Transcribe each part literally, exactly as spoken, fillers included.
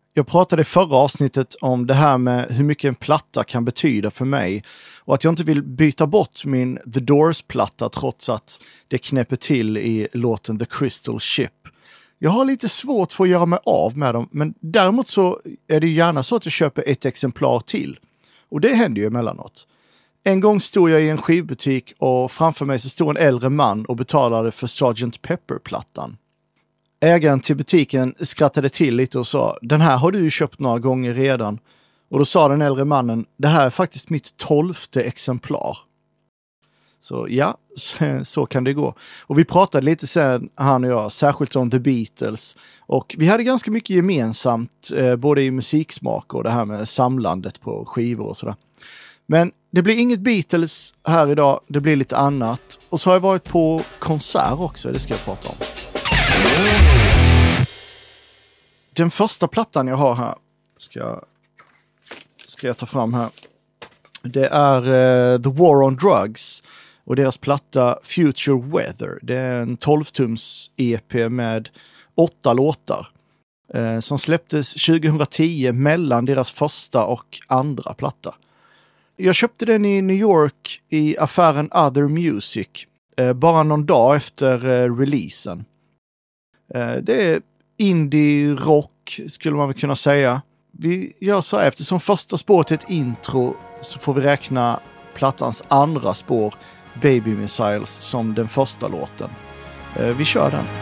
Jag pratade i förra avsnittet om det här med hur mycket en platta kan betyda för mig och att jag inte vill byta bort min The Doors-platta trots att det knäpper till i låten The Crystal Ship. Jag har lite svårt för att göra mig av med dem, men däremot så är det gärna så att jag köper ett exemplar till. Och det händer ju emellanåt. En gång stod jag i en skivbutik och framför mig så stod en äldre man och betalade för sergeant Pepper-plattan. Ägaren till butiken skrattade till lite och sa, den här har du ju köpt några gånger redan. Och då sa den äldre mannen, det här är faktiskt mitt tolfte exemplar. Så ja, så, så kan det gå. Och vi pratade lite sen, han och jag, särskilt om The Beatles. Och vi hade ganska mycket gemensamt, eh, både i musiksmak och det här med samlandet på skivor och sådär. Men det blir inget Beatles här idag, det blir lite annat. Och så har jag varit på konsert också, det ska jag prata om. Den första plattan jag har här ska, ska jag ta fram här. Det är uh, The War on Drugs och deras platta Future Weather. Det är en tolv-tums E P med åtta låtar uh, som släpptes tjugohundratio mellan deras första och andra platta. Jag köpte den i New York i affären Other Music uh, bara någon dag efter uh, releasen. Uh, det är indie rock skulle man väl kunna säga. Vi gör så här, eftersom första spåret är ett intro så får vi räkna plattans andra spår, Baby Missiles, som den första låten. Uh, vi kör den.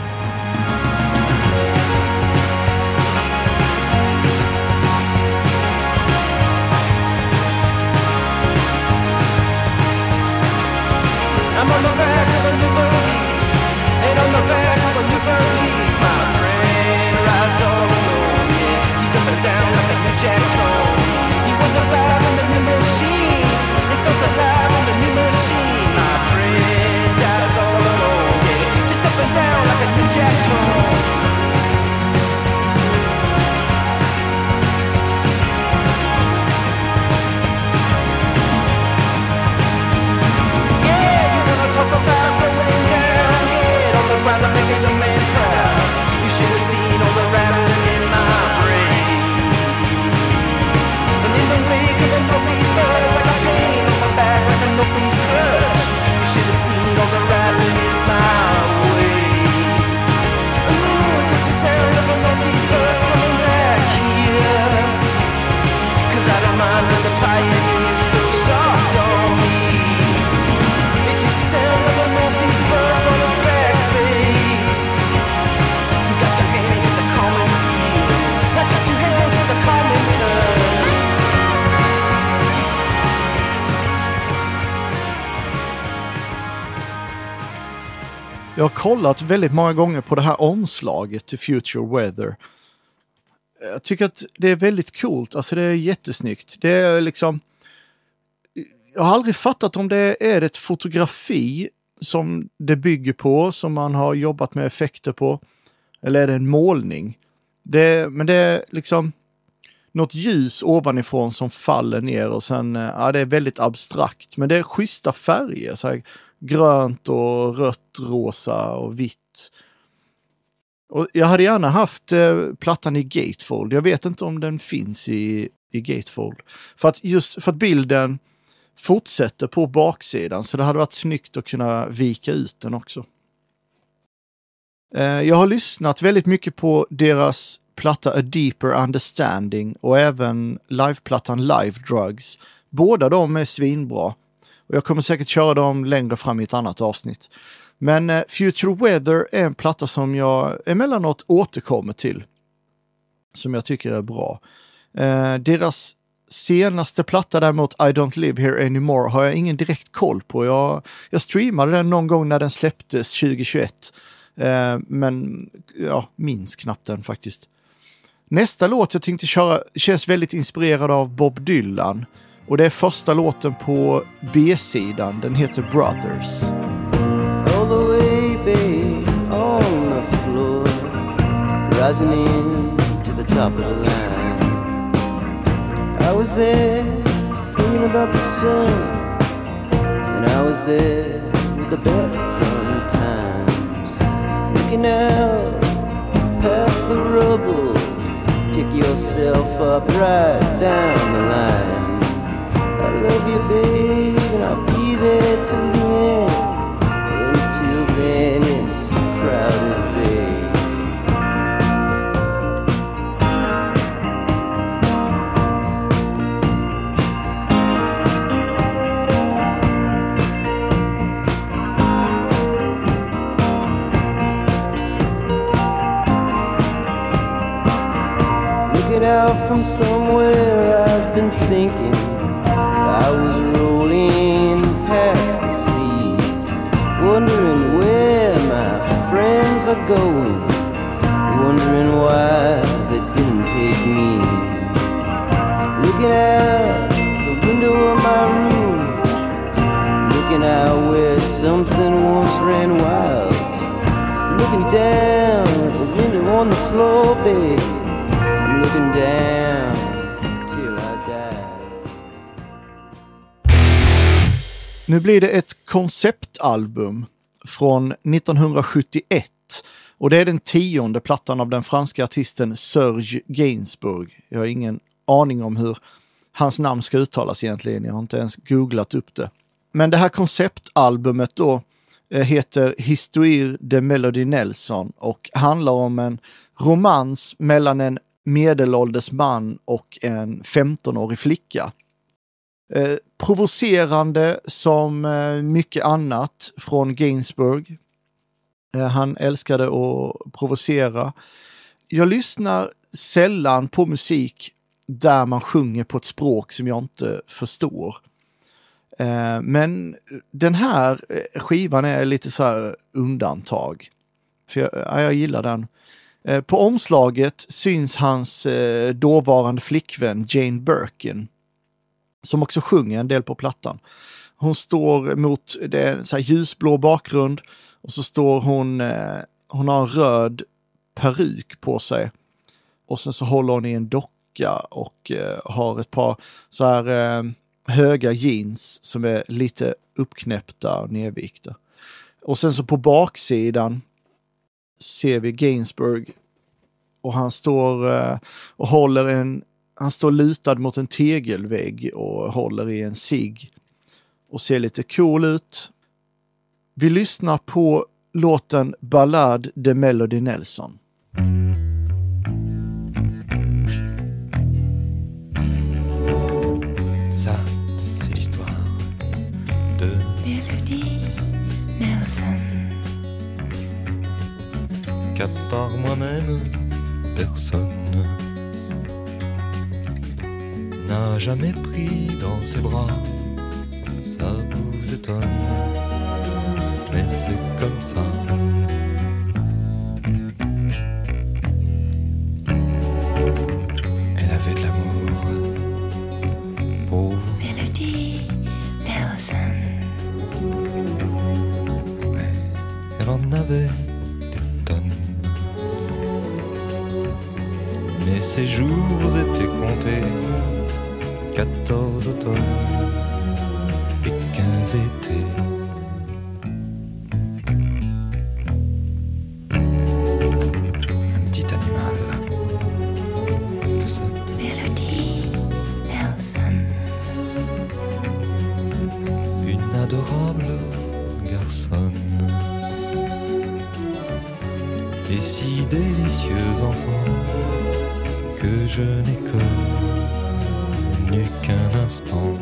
I'm on the back of a new Burnley, and on the back of a new Burnley, my friend rides all alone, yeah, he's up and down like a new Jack Tone. He was alive in the new machine, he felt alive in the new machine, my friend dies all alone, yeah, just up and down like a new Jack Tone. Talk about going down, yeah, on the ground and making the man proud. You should have seen all the rattling in my brain. And in the wake of a northeast buzz, I got pain on my back like a northeast crush. You should have seen all the rattling in my way. Ooh, just the sound of a northeast buzz coming back here. Cause I don't mind when the pioneers go soft on me. Sound of a northeast bus on his back, babe. You got your hands with the common feel, not just your hands with the common touch. Jag har kollat väldigt många gånger på det här omslaget till Future Weather. Jag tycker att det är väldigt coolt, alltså det är jättesnyggt. Det är liksom... Jag har aldrig fattat om det är ett fotografi som det bygger på, som man har jobbat med effekter på, eller är det en målning. Det, men det är liksom något ljus ovanifrån som faller ner och sen, ja, det är väldigt abstrakt. Men det är schyssta färger, så här grönt och rött, rosa och vitt. Och jag hade gärna haft eh, plattan i gatefold. Jag vet inte om den finns i, i gatefold. För att just för att bilden fortsätter på baksidan, så det hade varit snyggt att kunna vika ut den också. Eh, jag har lyssnat väldigt mycket på deras platta A Deeper Understanding och även liveplattan Live Drugs. Båda de är svinbra. Och jag kommer säkert köra dem längre fram i ett annat avsnitt. Men eh, Future Weather är en platta som jag emellanåt återkommer till. Som jag tycker är bra. Eh, deras senaste platta däremot, I Don't Live Here Anymore, har jag ingen direkt koll på. Jag, jag streamade den någon gång när den släpptes tjugohundratjugoett. Eh, men ja, minns knappt den faktiskt. Nästa låt jag tänkte köra känns väldigt inspirerad av Bob Dylan. Och det är första låten på B-sidan. Den heter Brothers. All the way, babe, on the floor, rising in to the top of the line. I was there, thinking about the sun, and I was there with the best sometimes. Looking out past the rubble, pick your yourself up right down the line. I love you, babe, and I'll be there till the end. Until then, it's crowded, babe. Out from somewhere I've been thinking I was rolling past the seas, wondering where my friends are going, wondering why they didn't take me. Looking out the window of my room, looking out where something once ran wild, looking down at the window on the floor, babe. Looking down till I die. Nu blir det ett konceptalbum från nittonhundrasjuttioett och det är den tionde plattan av den franska artisten Serge Gainsbourg. Jag har ingen aning om hur hans namn ska uttalas egentligen, jag har inte ens googlat upp det. Men det här konceptalbumet då heter Histoire de Melody Nelson och handlar om en romans mellan en medelålders man och en femtonårig flicka. Eh, provocerande som eh, mycket annat från Gainsbourg. Eh, han älskade att provocera. Jag lyssnar sällan på musik där man sjunger på ett språk som jag inte förstår. Eh, men den här skivan är lite så här undantag. För jag, ja, jag gillar den. På omslaget syns hans eh, dåvarande flickvän Jane Birkin som också sjunger en del på plattan. Hon står mot det är en så här ljusblå bakgrund och så står hon eh, hon har en röd peruk på sig och sen så håller hon i en docka och eh, har ett par så här eh, höga jeans som är lite uppknäppta och nedvikta. Och sen så på baksidan ser vi Gainsbourg och han står uh, och håller en han står lutad mot en tegelvägg och håller i en cigg och ser lite cool ut. Vi lyssnar på låten Ballade de Melody Nelson. Ça, c'est l'histoire de Melody Nelson. Qu'à part moi-même, personne n'a jamais pris dans ses bras. Ça vous étonne, mais c'est comme ça. Elle avait de l'amour pour vous, Melody Nelson. Mais elle en avait des tonnes. Mais ses jours étaient comptés, quatorze automnes et quinze étés. Un petit animal que cette Melody Nelson. Une adorable garçonne. Et si délicieux enfant que je n'ai connu qu'un instant.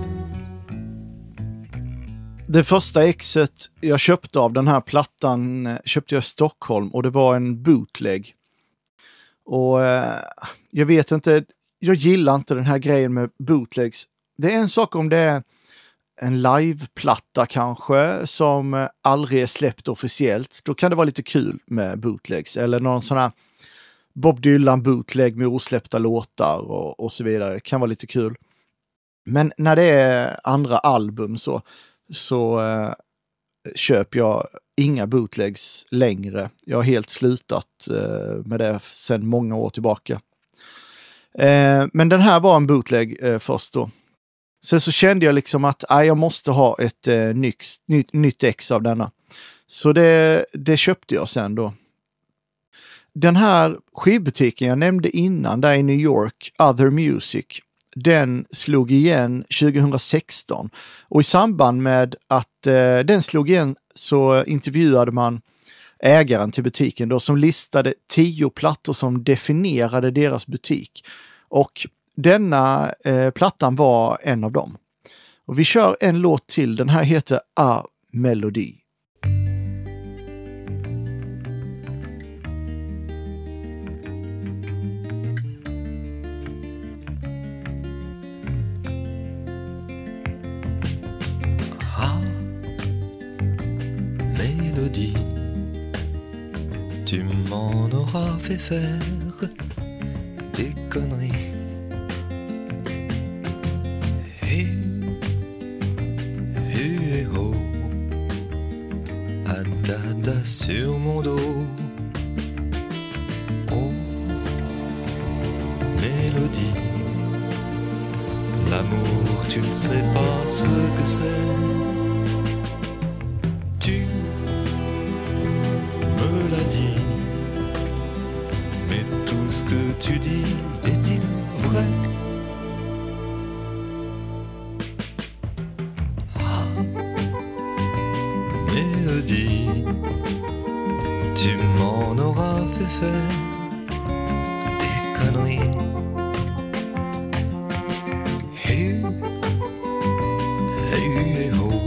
Det första exet jag köpte av den här plattan köpte jag i Stockholm och det var en bootleg. Och eh, jag vet inte, jag gillar inte den här grejen med bootlegs. Det är en sak om det är en liveplatta kanske som aldrig är släppt officiellt. Då kan det vara lite kul med bootlegs eller någon sån här Bob Dylan bootleg med osläppta låtar och, och så vidare. Kan vara lite kul. Men när det är andra album så, så eh, köper jag inga bootlegs längre. Jag har helt slutat eh, med det sedan många år tillbaka. Eh, men den här var en bootleg eh, först då. Sen så kände jag liksom att ah, jag måste ha ett eh, nytt, nytt, nytt ex av denna. Så det, det köpte jag sen då. Den här skivbutiken jag nämnde innan, där i New York, Other Music, den slog igen tjugohundrasexton. Och i samband med att eh, den slog igen så intervjuade man ägaren till butiken då, som listade tio plattor som definierade deras butik. Och denna eh, plattan var en av dem. Och vi kör en låt till. Den här heter A Melody. Mélodie, tu m'en auras fait faire des conneries. Hu, hu et ho, adada sur mon dos. Oh, Mélodie, l'amour tu ne sais pas ce que c'est. Tu me l'as dit, mais tout ce que tu dis est-il vrai? Ah, Mélodie, tu m'en auras fait faire des conneries. Hu, hu et ho,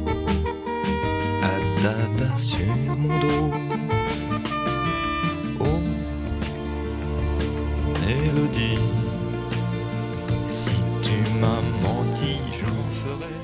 adada sur mon dos. Oh, Mélodie, si tu m'as menti, j'en ferai.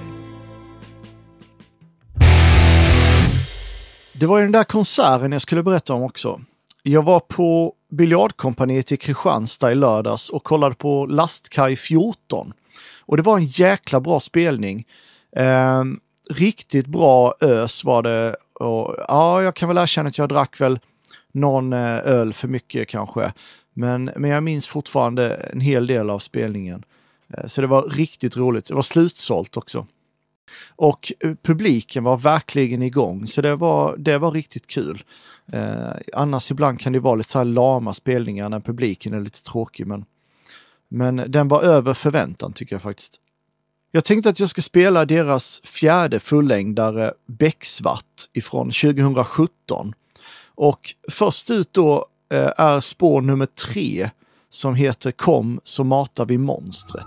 Det var ju den där konserten jag skulle berätta om också. Jag var på biljardkompaniet i Kristianstad i lördags och kollade på Lastkaj fjorton. Och det var en jäkla bra spelning. Eh, riktigt bra ös var det. Och, ja, jag kan väl erkänna att jag drack väl någon öl för mycket kanske. Men, men jag minns fortfarande en hel del av spelningen. Eh, så det var riktigt roligt. Det var slutsålt också. Och publiken var verkligen igång, så det var, det var riktigt kul. Eh, annars ibland kan det vara lite så här lama spelningar när publiken är lite tråkig, men, men den var över förväntan tycker jag faktiskt. Jag tänkte att jag ska spela deras fjärde fullängdare Becksvart ifrån tjugohundrasjutton. Och först ut då eh, är spår nummer tre som heter Kom så matar vi monstret.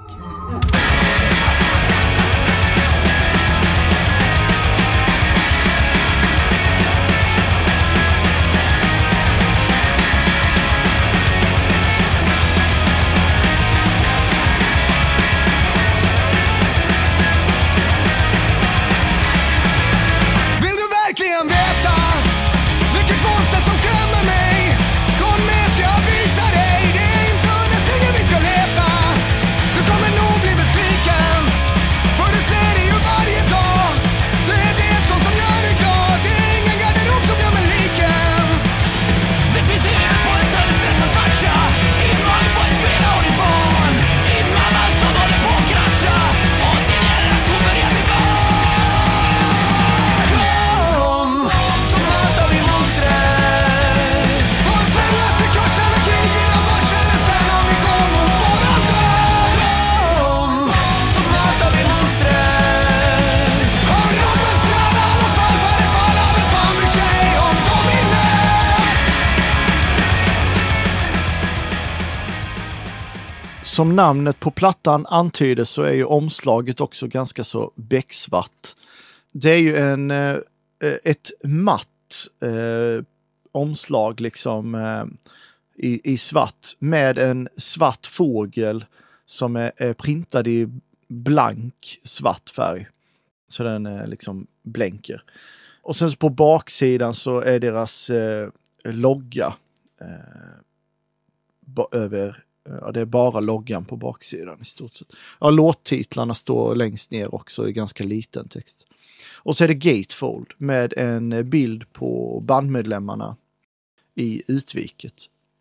Som namnet på plattan antyder så är ju omslaget också ganska så becksvart. Det är ju en, eh, ett matt eh, omslag liksom eh, i, i svart med en svart fågel som är, är printad i blank svart färg. Så den eh, liksom blänker. Och sen så på baksidan så är deras eh, logga eh, ba- över. Ja, det är bara loggan på baksidan i stort sett. Ja, låttitlarna står längst ner också i ganska liten text. Och så är det Gatefold med en bild på bandmedlemmarna i utviket.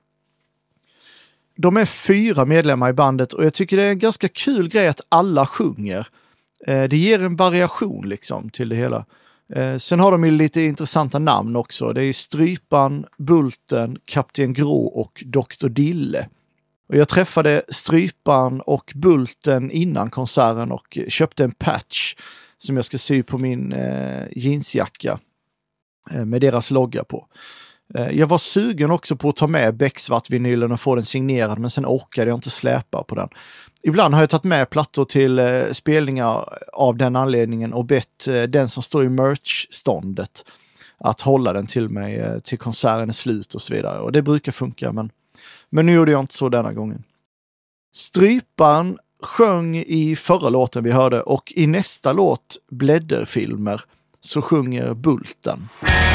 De är fyra medlemmar i bandet och jag tycker det är en ganska kul grej att alla sjunger. Det ger en variation liksom till det hela. Eh, sen har de ju lite intressanta namn också. Det är Strypan, Bulten, Kapten Grå och doktor Dille. Och jag träffade Strypan och Bulten innan konserten och köpte en patch som jag ska sy på min eh, jeansjacka eh, med deras logga på. Eh, jag var sugen också på att ta med Becksvart-vinylen och få den signerad, men sen orkade jag inte släpa på den. Ibland har jag tagit med plattor till eh, spelningar av den anledningen och bett eh, den som står i merch-ståndet att hålla den till mig eh, till konserten är slut och så vidare. Och det brukar funka, men, men nu gjorde jag inte så denna gången. Strypan sjöng i förra låten vi hörde, och i nästa låt, Blädderfilmer, så sjunger Bulten.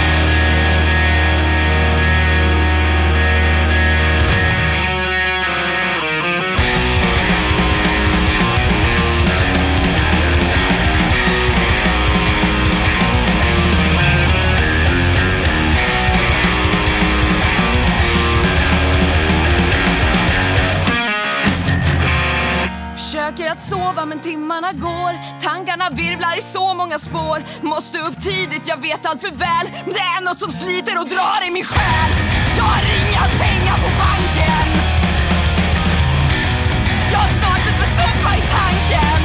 Försöker att sova men timmarna går. Tankarna virvlar i så många spår. Måste upp tidigt, jag vet allt för väl. Det är något som sliter och drar i min själ. Jag har inga pengar på banken. Jag har snart ett med soppa i tanken.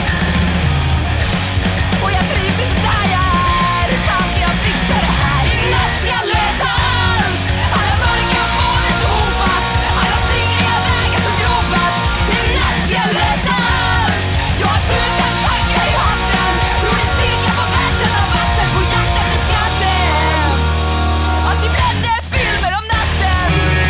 Och jag trivs inte där jag är. Hur fan ska jag fixa det här? I natt ska jag lösa allt. Alla mörka månen som hopas. Alla slingriga vägar som gropas. I natt ska jag lösa allt. Jag har tusen tankar i handen. Och det cirklar på världskända vatten. På jakt efter skatten. Alltid bläddrar filmer om natten.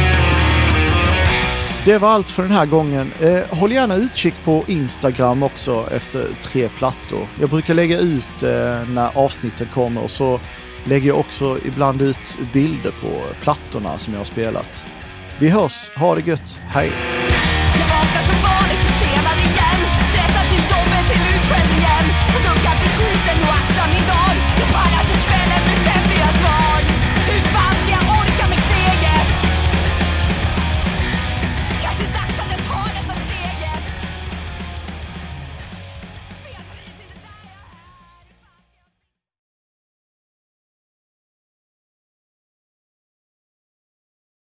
Det var allt för den här gången. Eh, håll gärna utkik på Instagram också efter tre plattor. Jag brukar lägga ut eh, när avsnitten kommer, och så lägger jag också ibland ut bilder på plattorna som jag har spelat. Vi hörs, ha det gött, hej! Jag vaknar som vanligt försenad igen. Stressad till jobbet, till utskällningen. Och dunkar vid skiten